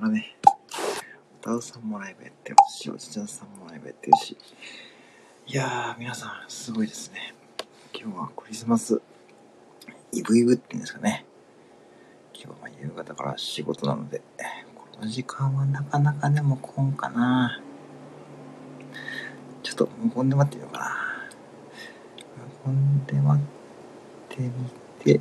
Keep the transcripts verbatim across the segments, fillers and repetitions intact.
がね、歌うさんもライブやってますし、おじちゃんさんもライブやってるし、いやー、皆さん、すごいですね。今日はクリスマスイブイブって言うんですかね。今日は夕方から仕事なので、この時間はなかなかでも来んかな。ちょっと無言で待ってみようかな。無言で待ってみて、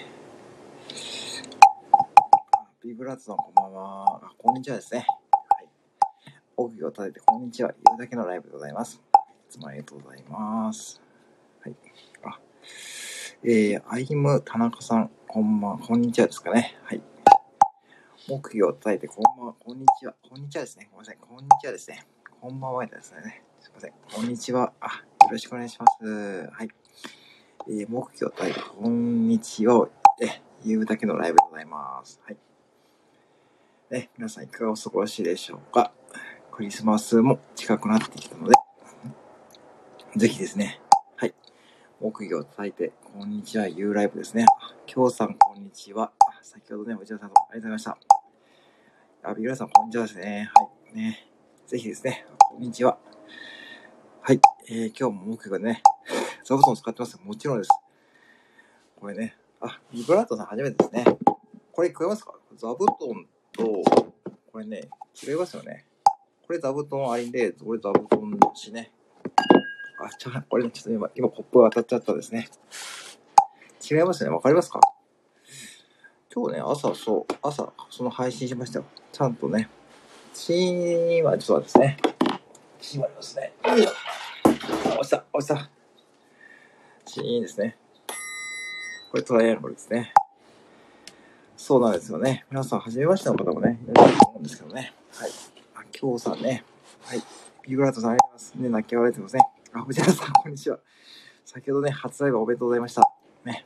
ビブラートさんこんばんは。あ、こんにちはですね。はい。奥義を立ててこんにちは。言うだけのライブでございます。いつもありがとうございます。はい。あ、えー、アイム田中さん、こんばん、こんにちはですかね。はい。木魚を叩いて、こんばんは、こんにちは。こんにちはですね。ごめんなさい。こんにちはですね。こんばんはですね。すいません。こんにちは。あ、よろしくお願いします。はい。えー、木魚を叩いて、こんにちはを言うだけのライブでございます。はい。ね、皆さんいかがお過ごしでしょうか。クリスマスも近くなってきたので、ぜひですね。はい。木魚を叩いて、こんにちは、言うライブですね。きょうさん、こんにちは。先ほどね、おじさん、ありがとうございました。あ、ビグラさん、こんにちはですね。はい。ね。ぜひですね、こんにちは。はい。えー、今日も木魚がね、座布団を使ってます。もちろんです。これね、あ、ビブラートさん初めてですね。これ聞こえますか？座布団と、これね、違いますよね。これ座布団ありで、これ座布団のしね。あ、ちょ、これね、ちょっと今、今コップが当たっちゃったですね。違いますね。わかりますか？今日ね、朝、そう、朝、その配信しましたよ。ちゃんとね、チーンはちょっとですね。閉まりますね。よいしょ。押した、押した。チーンですね。これトライアングルですね。そうなんですよね。皆さん、初めましての方もね、いらっしゃると思うんですけどね。はい。あ、今日さんね。はい。ビブラートさんありがとうございます。ね、泣き笑われてますね。あ、藤原さん、こんにちは。先ほどね、初ライブおめでとうございました。ね。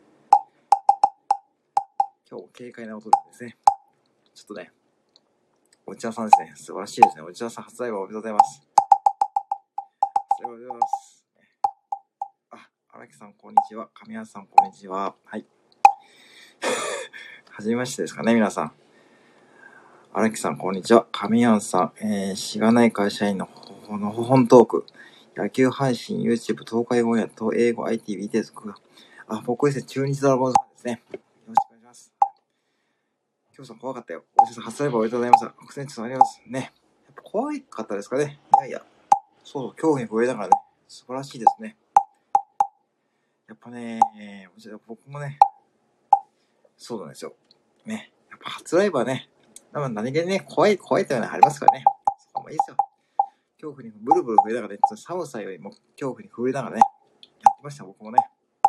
今日も軽快な音ですね。ちょっとね、お茶さんですね。素晴らしいですね。お茶さん、初ライブおめでとうございます。おめでとうございます。あ、荒木さん、こんにちは。神谷さん、こんにちは。はい。はじめましてですかね、皆さん。荒木さん、こんにちは。神谷さん、えー、しがない会社員のほのほほんトーク、野球配信、YouTube、東海オンエアと英語、アイティー、ビーティーエス、あ、僕ですね、中日ドラゴンズですね。よろしくお願いします。今日さん怖かったよ。おじさん、初ライブおめでとうございました。国選手さんありがとうございます。ね。やっぱ怖かったですかね。いやいや、そうそう、恐怖に触れながらね、素晴らしいですね。やっぱね、僕もね、そうなんですよ。ね。やっぱ初ライブはね、何気にね、怖い、怖いというのはありますからね。そこもいいですよ。恐怖にブルブル触れながらね、寒さよりも恐怖に触れながらね、やってました、僕もね。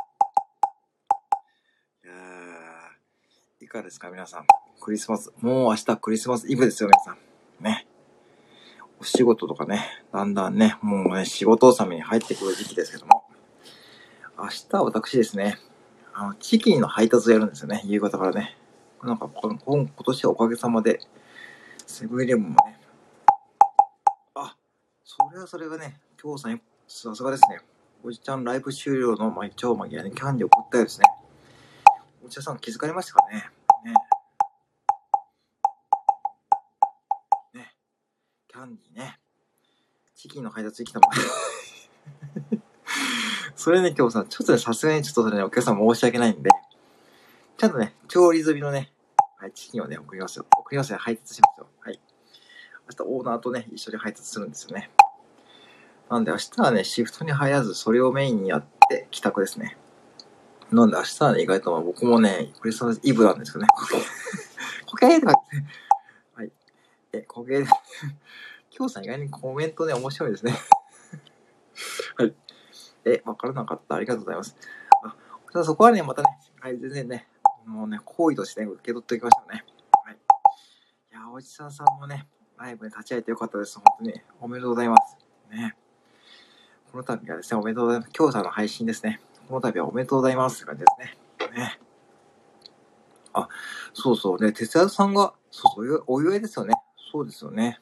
いやー、いかがですか、皆さん。クリスマス、もう明日クリスマスイブですよ、皆さん。ね。お仕事とかね、だんだんね、もうね、仕事納めに入ってくる時期ですけども、明日は私ですね、あの、チキンの配達をやるんですよね、夕方からね。なんか、今今年はおかげさまで、セブンイレブンもね、あ、それはそれがね、今日さん、さすがですね。おじちゃんライブ終了の、まあ、超間際にキャンディーを送ったようですね。おじさん気づかれましたかね。ね。ね。キャンディーね。チキンの配達に来たもん。それね、今日さ、ちょっとね、さすがにちょっとそれね、お客さん申し訳ないんで、ちゃんとね、調理済みのね、はい、チキンをね、送りますよ。送りますよ。配達しますよ。はい。明日オーナーとね、一緒に配達するんですよね。なんで明日はね、シフトに入らず、それをメインにやって帰宅ですね。なんで明日はね、意外と僕もね、クリスマスイブなんですよね。コケーとかって。はい。え、コケー。今日さん意外にコメントね、面白いですね。はい。え、わからなかった。ありがとうございます。あ、そこはね、またね、はい、全然ね、もうね、好意としてね、受け取っておきましょうね。はい。いや、おじさんさんもね、ライブに立ち会えてよかったです。本当に、おめでとうございます。ね。この度はですね、おめでとうございます。今日さんの配信ですね。この度はおめでとうございますって感じですね。ね。あ、そうそうね、哲也さんが、そうそう、お祝いですよね。そうですよね。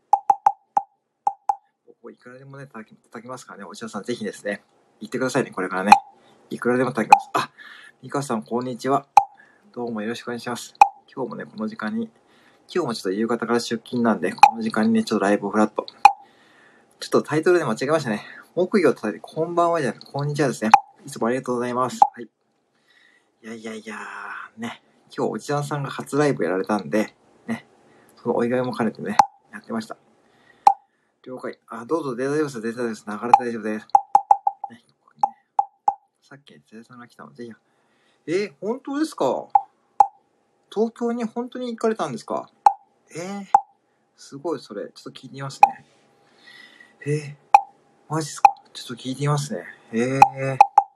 ここいくらでもね、叩き、叩きますからね、おじさんぜひですね、言ってくださいね、これからね。いくらでも叩きます。あ、ミカさんこんにちは。どうもよろしくお願いします。今日もね、この時間に今日もちょっと夕方から出勤なんで、この時間にね、ちょっとライブをフラット。ちょっとタイトルで間違えましたね。木魚を叩いて、こんばんはじゃなくて、こんにちはですね。いつもありがとうございます。はい。いやいやいやー、ね。今日おじちゃんさんが初ライブやられたんで、ね。そのお祝いも兼ねてね、やってました。了解。あ、どうぞ、大丈夫です、大丈夫です。流れて大丈夫です。ね、さっき、ゼザさんが来たので、いや。えー、本当ですか？東京に本当に行かれたんですか？えー、すごい、それ。ちょっと聞いてみますね。えー、マジっすか？ちょっと聞いてみますね。えー。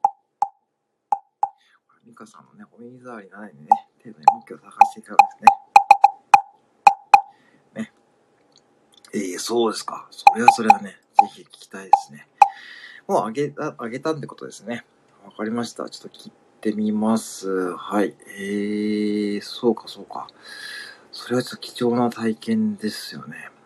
ミカさんのね、お耳障りにならないでね、程度に目標を探していくわけですね。ね。えー、そうですか。それはそれはね、ぜひ聞きたいですね。もうあげた、あげたってことですね。わかりました。ちょっと切ってみます。はい。えー、そうかそうか。それはちょっと貴重な体験ですよね。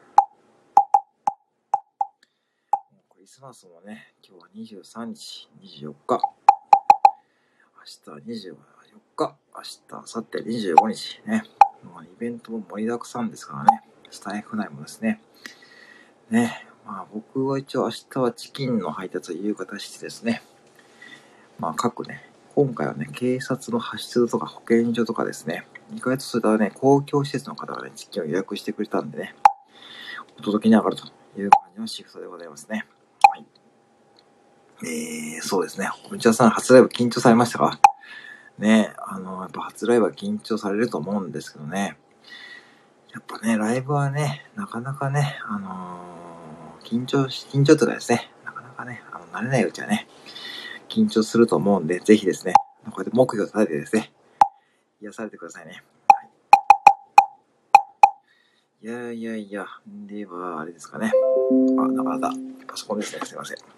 クリスマスもね、今日はにじゅうさんにち、にじゅうよっか。明日はにじゅうよっか。明日、明後日にじゅうごにちね。もうイベントも盛りだくさんですからね。スタイフ内もですね。ね。まあ僕は一応明日はチキンの配達を夕方してですね。まあ各ね、今回はね、警察の派出所とか保健所とかですね。意外とそういったね、公共施設の方がね、チキンを予約してくれたんでね。お届けに上がるという感じのシフトでございますね。はい。えー、そうですね。おみちゃんさん、初ライブ緊張されましたか？ね、あの、やっぱ初ライブは緊張されると思うんですけどね。やっぱね、ライブはね、なかなかね、あのー、緊張し、緊張とかですね、なかなかね、あの、慣れないうちはね、緊張すると思うんで、ぜひですね、こうやって目標を立ててですね、癒されてくださいね。はい、いやいやいや、では、あれですかね。あ、なかなか、パソコンですね、すいません。い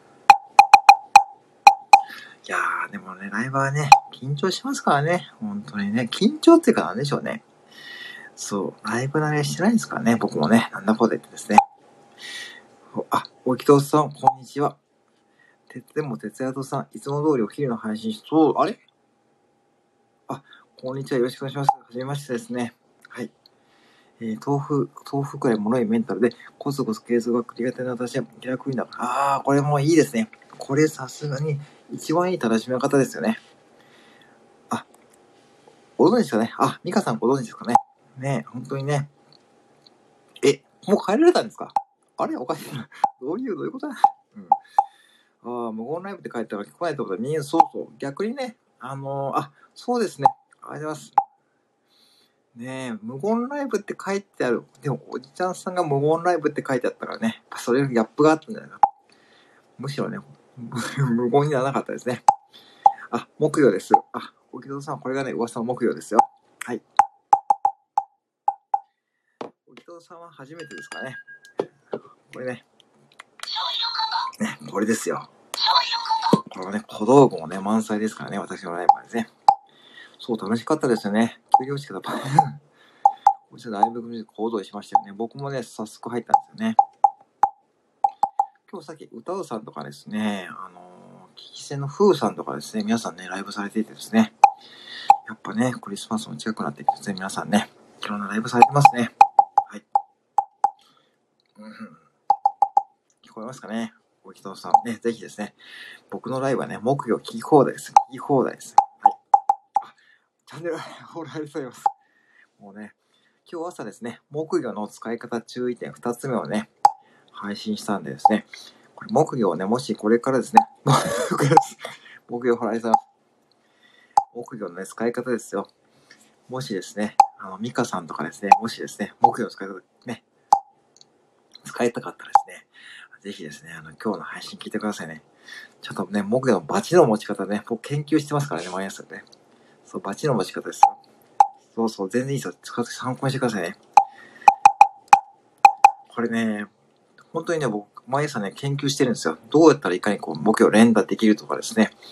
やー、でもね、ライブはね、緊張しますからね、本当にね、緊張っていうかなんでしょうね。そう、ライブ慣れしてないんですからね、僕もね、なんだこうで言ってですね。あ、おきとうさん、こんにちは。てつでも、てつやとさん、いつも通りお昼の配信し、そう、あれあ、こんにちは、よろしくお願いします。はじめましてですね。はい。えー、豆腐、豆腐くらい脆いメンタルで、コツコツ継続が苦手な私は気楽になる。あー、これもいいですね。これさすがに一番いい正しめ方ですよね。あ、ご存知ですかね。あ、ミカさんご存知ですかね。ね、本当にね。え、もう帰られたんですか？あれおかしいな。どういう、どういうことだ？うん。ああ、無言ライブって書いてあるから聞こえないってことは、みんなそうそう。逆にね、あのー、あ、そうですね。ありがとうございます。ねえ、無言ライブって書いてある。でも、おじちゃんさんが無言ライブって書いてあったからね。それがギャップがあったんじゃないか。むしろね、無言にならなかったですね。あ、木曜です。あ、おきとさん、これがね、噂の木曜ですよ。はい。おきとさんは初めてですかね。これね。ね、これですよ。これはね、小道具もね、満載ですからね、私のライブはですね。そう、楽しかったですよね。給料しかだ。こちらライブ組行動しましたよね。僕もね、早速入ったんですよね。今日さっき歌うさんとかですね、あのー、聞き手の風さんとかですね、皆さんね、ライブされていてですね、やっぱね、クリスマスも近くなってきてですね、皆さんね、いろんなライブされてますね。はい。うん、聞こえますかね？おきとさんね、ぜひですね、僕のライブはね、木曜聞き放題です。聞き放題です。はい。あ、チャンネル、ほら、ありがとうございます。もうね、今日朝ですね、木魚の使い方注意点ふたつめをね、配信したんでですね、これ木魚をね、もしこれからですね、木魚ほら、ありがとうございます。木魚のね、使い方ですよ。もしですね、あの、ミカさんとかですね、もしですね、木魚の使い方ね、使いたかったらですね、ぜひですね、あの、今日の配信聞いてくださいね。ちょっとね、木魚のバチの持ち方ね、僕研究してますからね、毎朝ね。そう、バチの持ち方ですよ。そうそう、全然いいですよ。使って参考にしてくださいね。これね、本当にね、僕、毎朝ね、研究してるんですよ。どうやったらいかにこう、木魚を連打できるとかですね。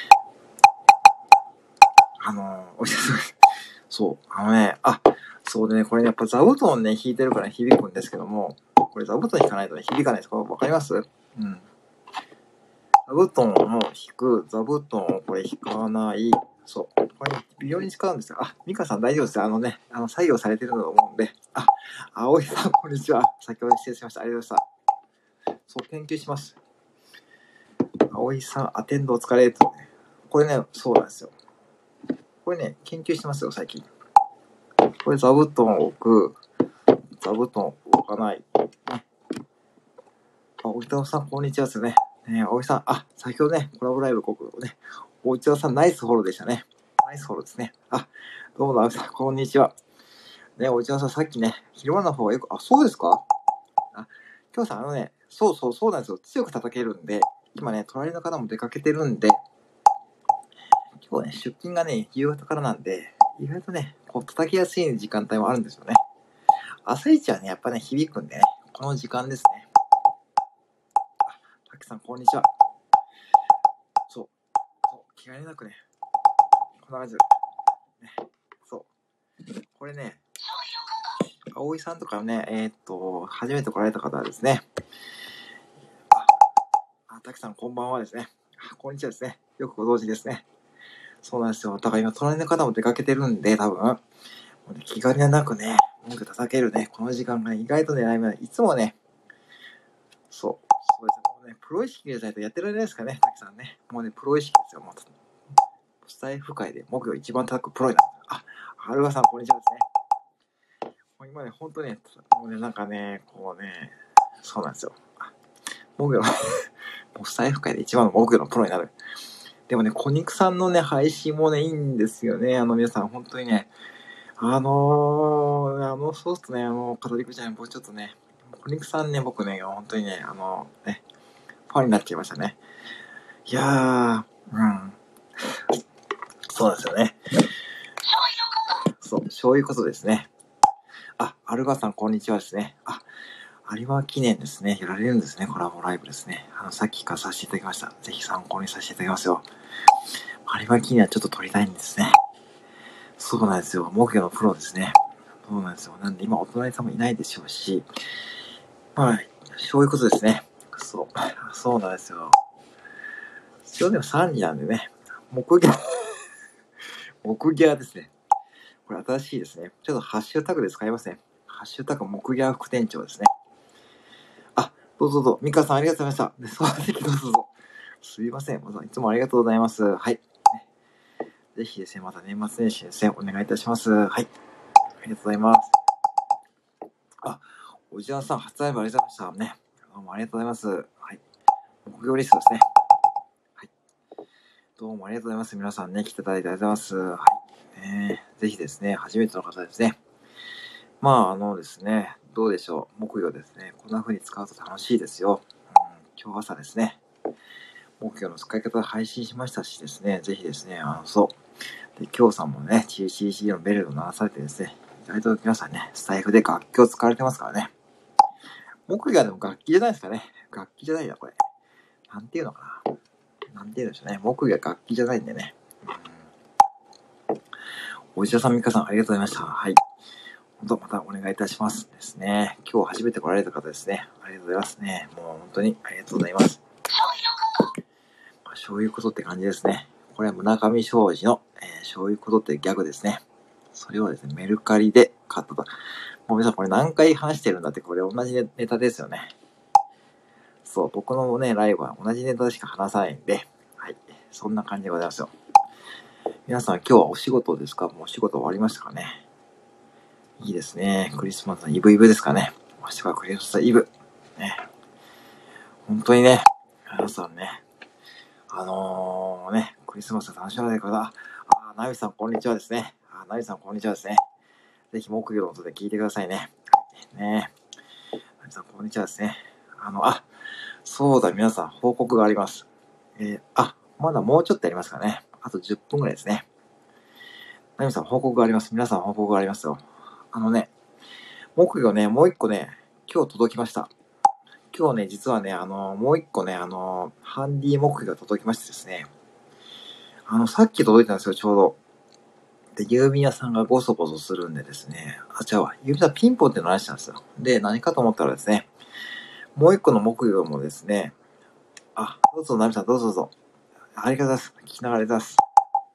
あのー、そう、あのね、あ、そうでね、これね、やっぱ座布団ね、弾いてるから響くんですけども、これ座布団弾かないとね、響かないです。これわかります？うん。座布団を弾く、座布団をこれ弾かない。 そう。これね、微妙に使うんですよ。あ、ミカさん大丈夫ですよ。あのね、あの、作業されてると思うんで。あ、葵さん、こんにちは。先ほど失礼しました。ありがとうございました。そう、研究します。葵さん、アテンドお疲れってね。これね、そうなんですよ。これね、研究してますよ、最近。これ座布団を置く。座布団を置かない。ね。あ、お北野さん、こんにちはですね。ね、葵さん、あ、先ほどね、コラボライブ国ね、お北野さん、ナイスフォローでしたね。ナイスフォローですね。あ、どうも、葵さん、こんにちは。ね、お北野さん、さっきね、昼間の方がよく、あ、そうですか？あ、今日さん、あのね、そうそう、そうなんですよ。強く叩けるんで、今ね、隣の方も出かけてるんで、今日ね、出勤がね、夕方からなんで、意外とね、こう叩きやすい時間帯もあるんですよね。朝一はね、やっぱね、響くんでね、この時間ですね。あ、たけさん、こんにちは。そう、そう、気兼ねなくね、こんな感じで、ね、そう。これね、葵さんとかね、えー、っと、初めて来られた方はですね、あ、たけさん、こんばんはですね。あ、こんにちはですね。よくご存知ですね。そうなんですよ。だから今、隣の方も出かけてるんで、多分、もうね、気兼ねなくね、文句叩けるね、この時間が、ね、意外とね、いつもね、そう、そうですね、もうね、プロ意識でないとやってられないですかね、たけさんね。もうね、プロ意識ですよ、もう。スタイフ界で木魚一番叩くプロになる。あ、はるわさん、こんにちはですね。もう今ね、ほんとね、もうね、なんかね、こうね、そうなんですよ。木魚の、もうスタイフ界で一番の木魚のプロになる。でもね、小肉さんのね、配信もね、いいんですよね。あの、皆さん、本当にね、あのー、あの、そうっすね、あの、語り口はね、僕ちょっとね、小肉さんね、僕ね、本当にね、あの、ね、ファンになっちゃいましたね。いやー、うん。そうなんですよね。そう、そういうことですね。あ、アルバさん、こんにちはですね。あ、有馬記念ですね。やられるんですね。コラボライブですね。あの、さっきからさせていただきました。ぜひ参考にさせていただきますよ。有馬記念はちょっと撮りたいんですね。そうなんですよ。木魚のプロですね。そうなんですよ。なんで今お隣さんもいないでしょうし、まあ、そういうことですね。そう。そうなんですよ。一応でもさんじなんでね。木魚、木魚ですね。これ新しいですね。ちょっとハッシュタグで使いますね。ハッシュタグ木魚副店長ですね。あ、どうぞどうぞ。ミカさんありがとうございました。そう、ぜひどうぞどうぞ。すいません。いつもありがとうございます。はい。ぜひですね、また年末年始ですね、お願いいたします。はい。ありがとうございます。あ、おじやさん、初ライブありがとうございました。ね。どうもありがとうございます。はい。木曜リストですね。はい。どうもありがとうございます。皆さんね、来ていただいてありがとうございます。はい。えー、ぜひですね、初めての方ですね。まあ、あのですね、どうでしょう。木曜ですね。こんな風に使うと楽しいですよ。うん、今日朝ですね、木曜の使い方を配信しましたしですね、ぜひですね、あの、そう。で、今日さんもね、シーシーシー のベルを鳴らされてですね、意外と皆さんね、スタイフで楽器を使われてますからね。木魚でも楽器じゃないですかね。楽器じゃないな、これ。なんていうのかな。なんていうんでしょうね。木魚は楽器じゃないんでね。うん、おじやさん、みかさん、ありがとうございました。はい。本当またお願いいたしますですね。今日初めて来られた方ですね。ありがとうございますね。もう本当にありがとうございます。まあ、そういうことって感じですね。これは村上庄司の、えー、そういうことってギャグですね。それをですね、メルカリで買ったと。もう皆さんこれ何回話してるんだって、これ同じネタですよね。そう、僕のね、ライブは同じネタしか話さないんで、はい。そんな感じでございますよ。皆さん今日はお仕事ですか？もうお仕事終わりましたかね？いいですね。クリスマスのイブイブですかね。明日はクリスマスイブ。ね。本当にね、皆さんね、あのー、ね、クリスマス楽しまれる方、あ、ナミさんこんにちはですね。あ、ナミさんこんにちはですね。ぜひ木魚の音で聞いてくださいね。ねえ。ナミさんこんにちはですね。あの、あ、そうだ、皆さん報告があります。えー、あ、まだもうちょっとやりますかね。あとじゅっぷんぐらいですね。ナミさん報告があります。皆さん報告がありますよ。あのね、木魚ね、もう一個ね、今日届きました。今日ね、実はね、あの、もう一個ね、あの、ハンディ木魚が届きましてですね、あの、さっき届いたんですよ、ちょうど。で、郵便屋さんがゴソゴソするんでですね、あ、違うわ、郵便屋さんピンポンって鳴らしたんですよ。で、何かと思ったらですね、もう一個の木魚もですね、あ、どうぞ、ナミさん、どうぞどうぞ。ありがとうございます。聞きながらありがとうございます。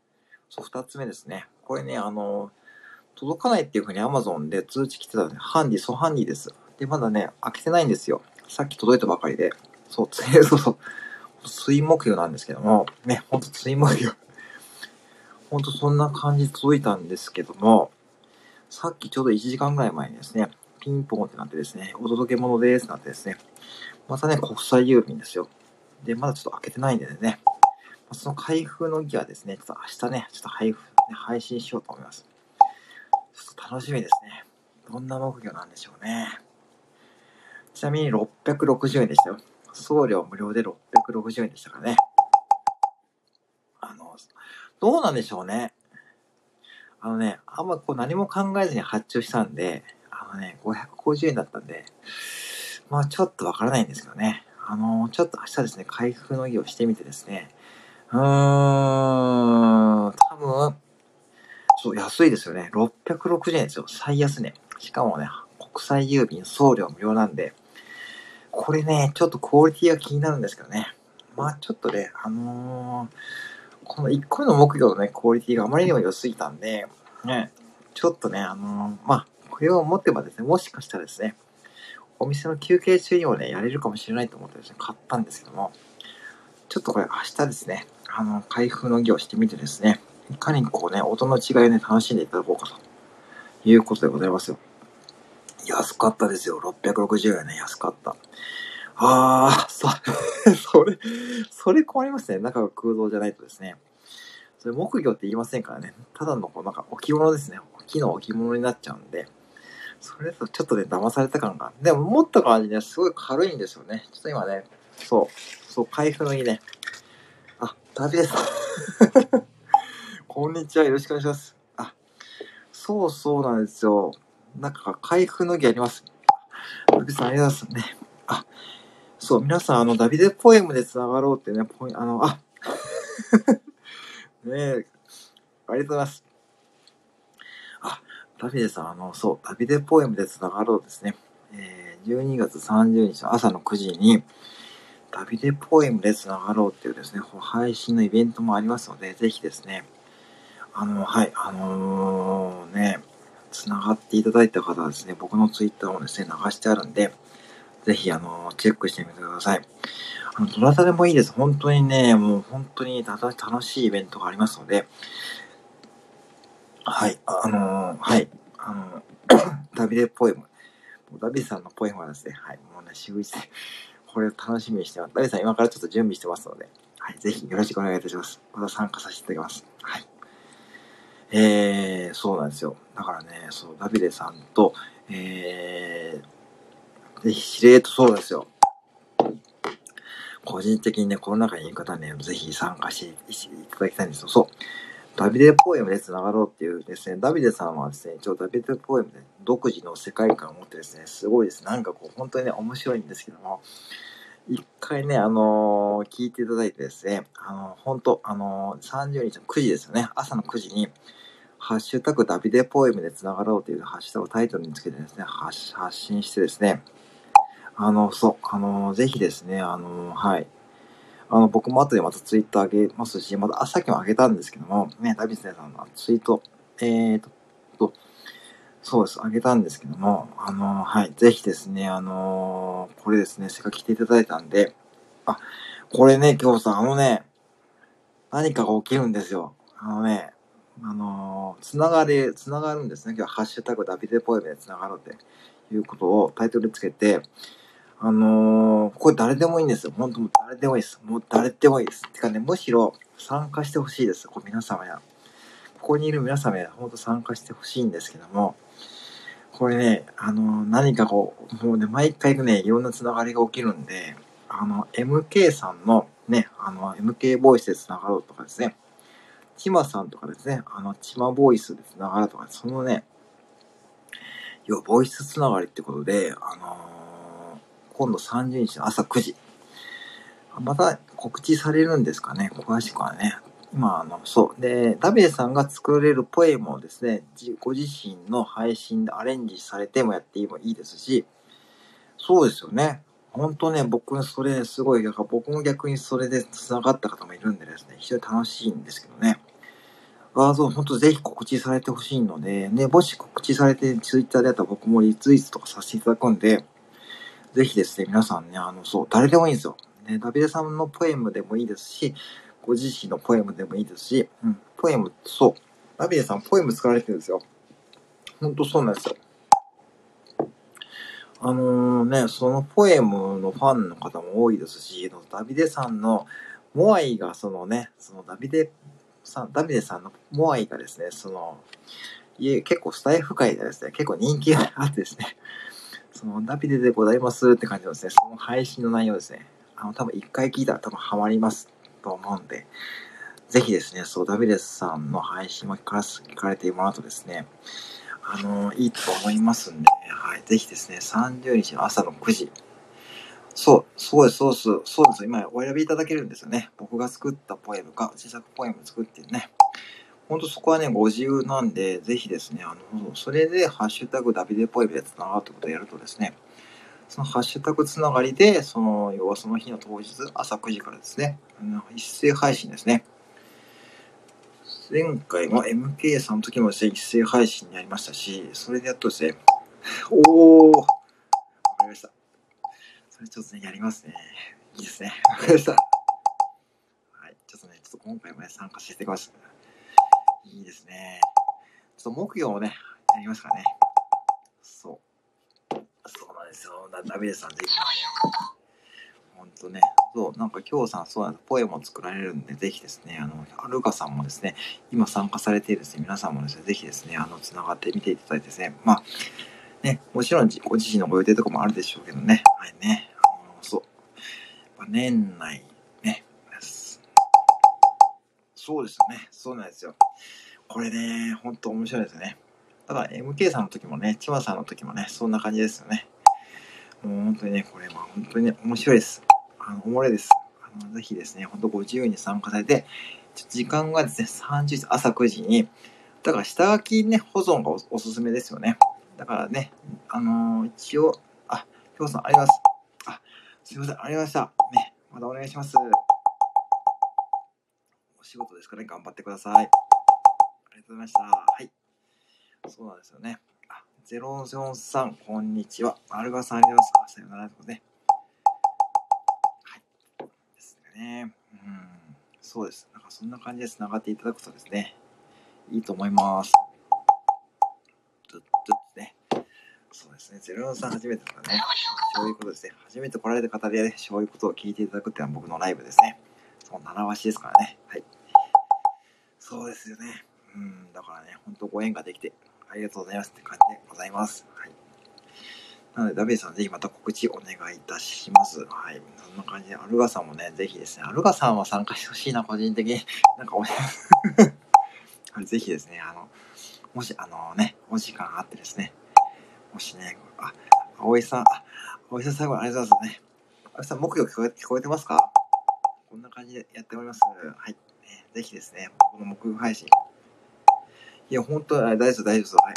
そう、二つ目ですね。これね、あの、届かないっていうふうに Amazon で通知来てたので、ハンディ、そう、ハンディです。で、まだね、開けてないんですよ。さっき届いたばかりで。そう、つそうそう。水木魚なんですけども、ね、ほんと水木魚。ほんとそんな感じで届いたんですけども、さっきちょうどいちじかんぐらい前にですね、ピンポンってなってですね、お届け物ですってなってですね、またね、国際郵便ですよ。で、まだちょっと開けてないんでね、その開封の儀はですね、ちょっと明日ね、ちょっと配布、ね、配信しようと思います。ちょっと楽しみですね。どんな木魚なんでしょうね。ちなみにろっぴゃくろくじゅうえんでしたよ。送料無料でろっぴゃくろくじゅうえんでしたからね。あの、どうなんでしょうね。あのね、あんまこう何も考えずに発注したんで、あのね、ごひゃくごじゅうえんだったんで、まあちょっとわからないんですけどね。あの、ちょっと明日ですね、開封の儀をしてみてですね、うーん、多分、そう、安いですよね。ろっぴゃくろくじゅうえんですよ。最安値。しかもね、国際郵便送料無料なんで、これね、ちょっとクオリティが気になるんですけどね。まあちょっとね、あのー、このいっこめの木魚のね、クオリティがあまりにも良すぎたんで、ね、ちょっとね、あのー、まあこれを持ってばですね、もしかしたらですね、お店の休憩中にもね、やれるかもしれないと思ってですね、買ったんですけども、ちょっとこれ明日ですね、あの、開封の儀をしてみてですね、いかにこうね、音の違いをね、楽しんでいただこうかということでございますよ。安かったですよ。ろっぴゃくろくじゅうえんね、安かった。あー、そ、それ、それ困りますね。中が空洞じゃないとですね。それ木魚って言いませんからね。ただのこうなんか置物ですね。木の置物になっちゃうんで、それとちょっとね、騙された感が。でも持った感じね、すごい軽いんですよね。ちょっと今ね、そう、そう、開封のいいね。あ、旅です。こんにちは、よろしくお願いします。あ、そうそうなんですよ。なんか開封の儀あります。旅さんありがとうございますね。あ、そう、皆さん、あの、ダビデポエムで繋がろうってね、ポイあの、あ、ねえ、ありがとうございます。あ、ダビデさん、あの、そう、ダビデポエムで繋がろうですね。えー、じゅうにがつさんじゅうにちの朝のくじに、ダビデポエムで繋がろうっていうですね、配信のイベントもありますので、ぜひですね、あの、はい、あのー、ね、繋がっていただいた方はですね、僕のツイッターもですね、流してあるんで、ぜひ、あのー、チェックしてみてください。あの、どなたでもいいです。本当にね、もう本当に楽しいイベントがありますので、はい、あのー、はい、あのー、ダビデポエム。ダビデさんのポエムはですね、はい、もうね、週一で、これを楽しみにしてます。ダビデさん今からちょっと準備してますので、はい、ぜひよろしくお願いいたします。また参加させていただきます。はい。えー、そうなんですよ。だからね、そう、ダビデさんと、えー、ぜひ、しれーとそうですよ。個人的にね、この中にいる方ね、ぜひ参加していただきたいんですよ。そう。ダビデポエムで繋がろうっていうですね、ダビデさんはですね、一応ダビデポエムで独自の世界観を持ってですね、すごいです。なんかこう、本当にね、面白いんですけども、一回ね、あのー、聞いていただいてですね、あのー、本当あのー、さんじゅうにちのくじですよね、朝のくじに、ハッシュタグダビデポエムで繋がろうというハッシュタグをタイトルにつけてですね、発発信してですね、あの、そう、あの、ぜひですね、あの、はい。あの、僕も後でまたツイート上げますし、また、あ、さっきも上げたんですけども、ね、ダビデさんのツイート、えーと、と、そうです、上げたんですけども、あの、はい。ぜひですね、あの、これですね、せっかく来ていただいたんで、あ、これね、今日さん、あのね、何かが起きるんですよ。あのね、あのー、つながれ、つながるんですね。今日はハッシュタグダビデポエムでつながろうっていうことをタイトルつけて、あのー、これ誰でもいいんですよ。本当もう誰でもいいです。もう誰でもいいです。てかね、むしろ参加してほしいです。これ皆様や。ここにいる皆様や、本当参加してほしいんですけども、これね、あのー、何かこう、もうね、毎回ね、いろんなつながりが起きるんで、あの、エムケー さんのね、あの、エムケー ボイスでつながろうとかですね、チマさんとかですね、あの、チマボイスでつながるとか、そのね、要はボイスつながりってことで、あのー、今度さんじゅうにちの朝くじ、また告知されるんですかね、詳しくはね。今、あの、そう。で、ダビデさんが作れるポエムをですね、ご自身の配信でアレンジされてもやってもいいですし、そうですよね。本当ね、僕、それ、すごい、だから僕も逆にそれで繋がった方もいるんでですね、非常に楽しいんですけどね。 ああ、そう、ほんとぜひ告知されてほしいので、ね、もし告知されてツイッターであったら僕もリツイートとかさせていただくんで、ぜひですね、皆さんね、あの、そう、誰でもいいんですよ。ね、ダビデさんのポエムでもいいですし、ご自身のポエムでもいいですし、うん、ポエム、そう、ダビデさんポエム作られてるんですよ。ほんとそうなんですよ。あのー、ね、そのポエムのファンの方も多いですし、ダビデさんのモアイがそのね、そのダビデさん、ダビデさんのモアイがですね、その、いえ、結構スタイフ界でですね、結構人気があってですね、そのダビデでございますって感じのですね、その配信の内容ですね、あの、多分一回聞いたら多分ハマりますと思うんで、ぜひですね、そう、ダビデさんの配信を聞か聞かれてもらうとですね、あの、いいと思いますんで、はい、ぜひですね、さんじゅうにちの朝のくじ、そう、そうです、そうです、そうです。今お選びいただけるんですよね。僕が作ったポエムか、自作ポエム作ってね。ほんとそこはね、ご自由なんで、ぜひですね、あの、それで、ハッシュタグダビデポエムでつながるってことをやるとですね、そのハッシュタグつながりで、その、要はその日の当日、朝くじからですね、あの一斉配信ですね。前回も エムケー さんの時もですね、一斉配信になりましたし、それでやっとですね、おー、わかりました。それちょっとね、やりますね。いいですね。わかりました。はい。ちょっとね、ちょっと今回もね、参加していきます。いいですね。ちょっと木曜もね、やりますからね。そう。そうなんですよ。ダビデさんぜひね。ほんとね。そう、なんか今日さん、そうなんです。ポエムを作られるんで、ぜひですね、あの、アルカさんもですね、今参加されているですね、皆さんもですね、ぜひですね、あの、つながってみていただいてですね、まあ、ね、もちろんご自身のご予定とかもあるでしょうけどね、はいね、あの、そう。年内、ね、そうですよね。そうなんですよ。これね、ほんと面白いですよね。ただ エムケー さんの時もね、千葉さんの時もね、そんな感じですよね。もう本当にね、これは本当にね、面白いです。あの、おもろいです。あの、ぜひですね、ほんとご自由に参加されて、時間がですね、さんじゅう朝くじに、だから下書きね、保存が お, おすすめですよね。だからね、あのー、一応、あ、きょうさんあります。あ、すいません、ありました。ね、またお願いします。お仕事ですかね、頑張ってください。ありがとうございました。はい。そうなんですよね。あ、ゼロよんさん、こんにちは。アルガさんありがとうございます。さよならですね。はい。ですね。うん。そうです。なんかそんな感じで繋がっていただくとですね、いいと思います。ずっとね。そうですね。ゼロよんさん初めてとかね。そういうことですね。初めて来られた方でね、そういうことを聞いていただくっていうのは僕のライブですね。そう、習わしですからね。はい。そうですよね。うん。だからね、ほんとご縁ができて、ありがとうございますって感じでございます。はい。なので、ダビデさん、ぜひまた告知お願いいたします。はい。そんな感じで、アルガさんもね、ぜひですね、アルガさんは参加してほしいな、個人的に。なんかおぜひですね、あの、もし、あのね、お時間あってですね、もしね、あ、葵さん、あ、葵さん最後にありがとうございますね。葵さん、木曜聞こえ聞こえてますか？こんな感じでやっております。はい。ね、ぜひですね、この木曜配信。いや、本当は大丈夫、大丈夫です。はい。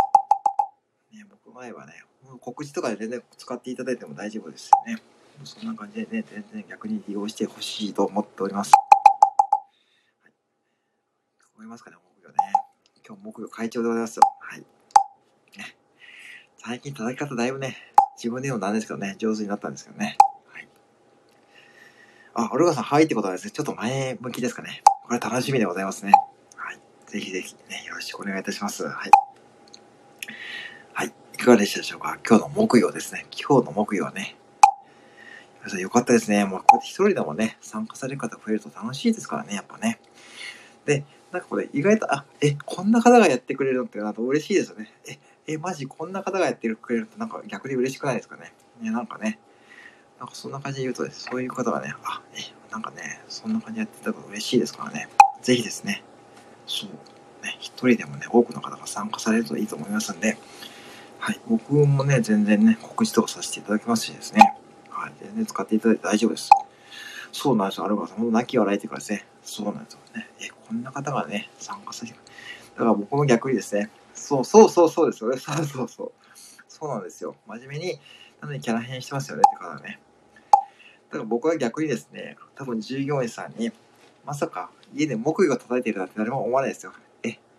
ね、僕の前はね、告知とかで全然使っていただいても大丈夫ですよね。そんな感じでね、全然逆に利用してほしいと思っております。はい。聞こえますかね、木曜ね。今日木曜会長でございますよ。はい。ね。最近叩き方だいぶね、自分で言うのなんですけどね、上手になったんですけどね。はい。あ、オルガさん、はいってことはですね、ちょっと前向きですかね。これ楽しみでございますね。はい。ぜひぜひね、よろしくお願いいたします。はい。はい。いかがでしたでしょうか？今日の木曜ですね。今日の木曜はね。よかったですね。もうこうやって一人でもね、参加される方増えると楽しいですからね、やっぱね。で、なんかこれ意外と、あ、え、こんな方がやってくれるのってなんか嬉しいですよね。え、え、マジこんな方がやってくれるとなんか逆に嬉しくないですかね。ね、なんかね、なんかそんな感じで言うと、ね、そういう方がね、あ、え、なんかね、そんな感じでやってたら嬉しいですからね。ぜひですね、そう、ね、一人でもね、多くの方が参加されるといいと思いますんで、はい、僕もね、全然ね、告知とかさせていただきますしですね、はい、全然使っていただいて大丈夫です。そうなんですよ、アルバさん。ほんと泣き笑いっていうかですね、そうなんですよね。え、こんな方がね、参加させて、だから僕も逆にですね、そうそうそうそうですよね、そうそうそう。そうなんですよ。真面目に、なのにキャラ変してますよねって方ね。だから僕は逆にですね、多分従業員さんに、まさか家で木魚が叩いてるなんて誰も思わないですよ。え、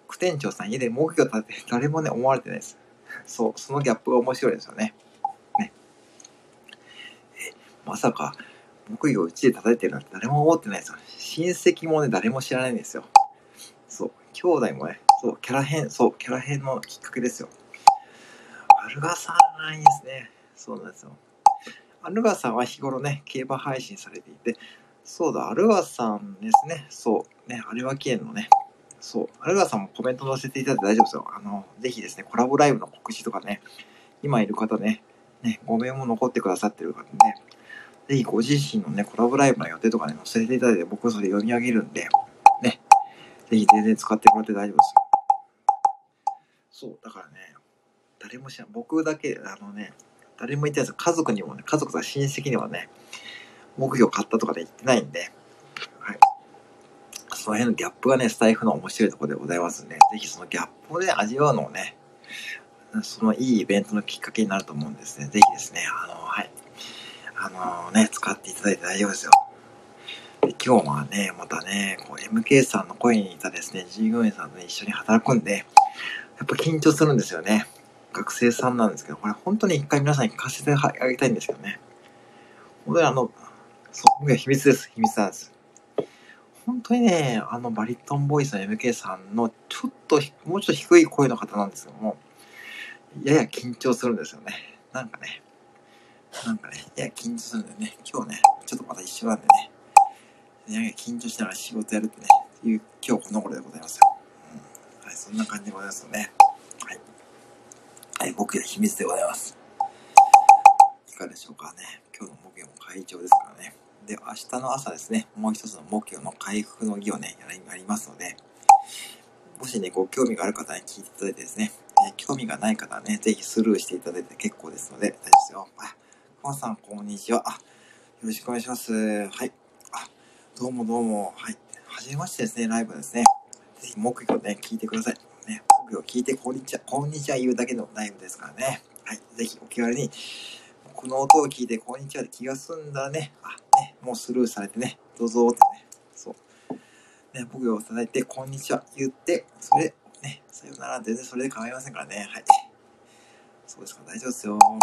副店長さん家で木魚立てて誰もね思われてないです。そう、そのギャップが面白いですよね。ね。え、まさか木魚をうちで叩いてるなんて誰も思ってないですよ。親戚もね誰も知らないんですよ。そう、兄弟もね、そうキャラ変、そうキャラ変のきっかけですよ。アルガさんないんですね。そうなんですよ。アルガさんは日頃ね競馬配信されていて、そうだアルガさんですね。そうね、有馬記念のね。そう、アルガさんもコメント載せていただいて大丈夫ですよ。あの、ぜひですね、コラボライブの告知とかね、今いる方ね、ね、ご名も残ってくださってる方ね、ぜひご自身のね、コラボライブの予定とかね、載せていただいて、僕それ読み上げるんで、ね、ぜひ全然使ってもらって大丈夫ですよ。そう、だからね、誰も知らん、僕だけ、あのね、誰も言ってないです。家族にもね、家族とか親戚にはね、目標買ったとかで言ってないんで、はい。その辺のギャップがね、スタイフの面白いところでございますんで、ぜひそのギャップをね、味わうのをね、そのいいイベントのきっかけになると思うんですね。ぜひですね、あの、はい。あのね、使っていただいて大丈夫ですよ。で今日はね、またね、こう エムケー さんの声にいたですね、従業員さんと、ね、一緒に働くんで、やっぱ緊張するんですよね。学生さんなんですけど、これ本当に一回皆さんに聞かせてあげたいんですけどね。本当にあの、そう、秘密です。秘密なんです。本当にね、あのバリトンボイスの エムケー さんのちょっと、もうちょっと低い声の方なんですけども、やや緊張するんですよね。なんかね、なんかね、やや緊張するんだよね。今日ね、ちょっとまた一緒なんでね、やや緊張しながら仕事やるってね、いう今日この頃でございますよ。うん、はい、そんな感じでございますよね。はい。はい、僕や秘密でございます。いかがでしょうかね。今日の木曜も会長ですからね。で、明日の朝ですね、もう一つの木曜の回復の儀をね、やりますので、もしね、ご興味がある方に聞いていただいてですね、えー、興味がない方はね、ぜひスルーしていただいて結構ですので、大丈夫ですよ。あ、コマさん、こんにちは。あ、よろしくお願いします。はい。あ、どうもどうも。はい。はじめましてですね、ライブですね。ぜひ、木曜ね、聞いてください。ね、木曜聞いて、こんにちは、こんにちは言うだけのライブですからね。はい。ぜひ、お気軽に、この音を聞いて、こんにちはで気が済んだらね、あ、ね、もうスルーされてね、どうぞってね、そう。ね、僕をいただいて、こんにちは言って、それで、ね、さよなら、全然それで構いませんからね。はい。そうですか、大丈夫ですよ。はい、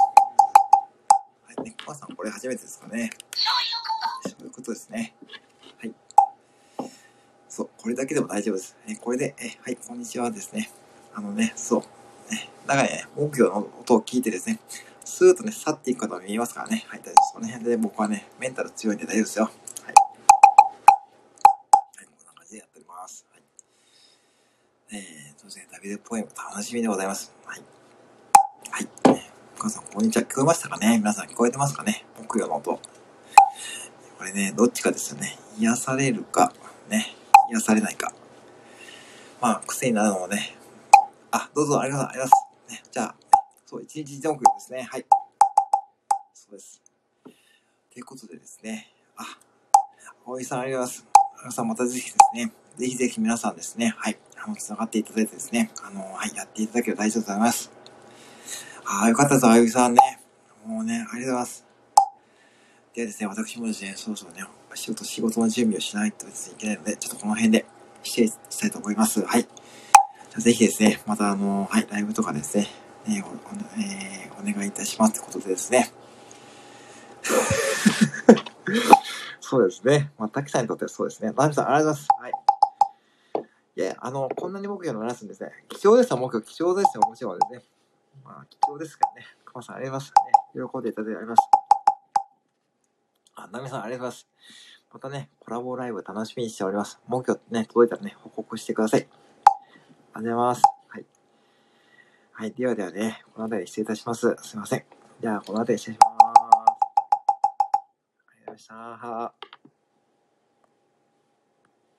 ね、コマさん、これ初めてですかね。そういうことですね。はい。そう、これだけでも大丈夫です。え、これで、え、はい、こんにちはですね。あのね、そう。ね、だからね、木魚の音を聞いてですね、スーッとね、去っていく方が見えますからね。はい、大丈夫です。その辺で僕はね、メンタル強いんで大丈夫ですよ。はい。はい、こんな感じでやっております。はい。えー、当然、ダビデポエム楽しみでございます。はい。はい。お母さん、こんにちは。聞こえましたかね？皆さん聞こえてますかね？木魚の音。これね、どっちかですよね。癒されるか、ね、癒されないか。まあ、癖になるのもね。あ、どうぞ、ありがとうございます。ね、じゃあ、そう、一日一目ですね。はい。そうです。ということでですね。あ、葵さん、ありがとうございます。葵さん、またぜひですね。ぜひぜひ皆さんですね。はい。あの、繋がっていただいてですね。あの、はい、やっていただければ大丈夫でございます。ああ、よかったです、葵さんね。もうね、ありがとうございます。ではですね、私もですね、そろそろね、仕事、仕事の準備をしないとですね、いけないので、ちょっとこの辺で失礼したいと思います。はい。じゃあぜひですね、またあの、はい、ライブとかですね、えーおえー、お願いいたしますということでですね。そうですね。まあ、滝さんにとってはそうですね。ラミさん、ありがとうございます。はい。いや、あの、こんなに木魚の鳴らすんですね。貴重ですよ、木魚。貴重ですよ、もちろんですね。まあ、貴重ですからね。熊さん、ありがとうございますね。喜んでいただいてあります。あ、ナミさん、ありがとうございます。またね、コラボライブ楽しみにしております。木魚ね、届いたらね、報告してください。ありがとうございます。はい。はい。ではではね、この辺り失礼いたします。すいません。じゃあ、この辺り失礼します。ありがとうございました。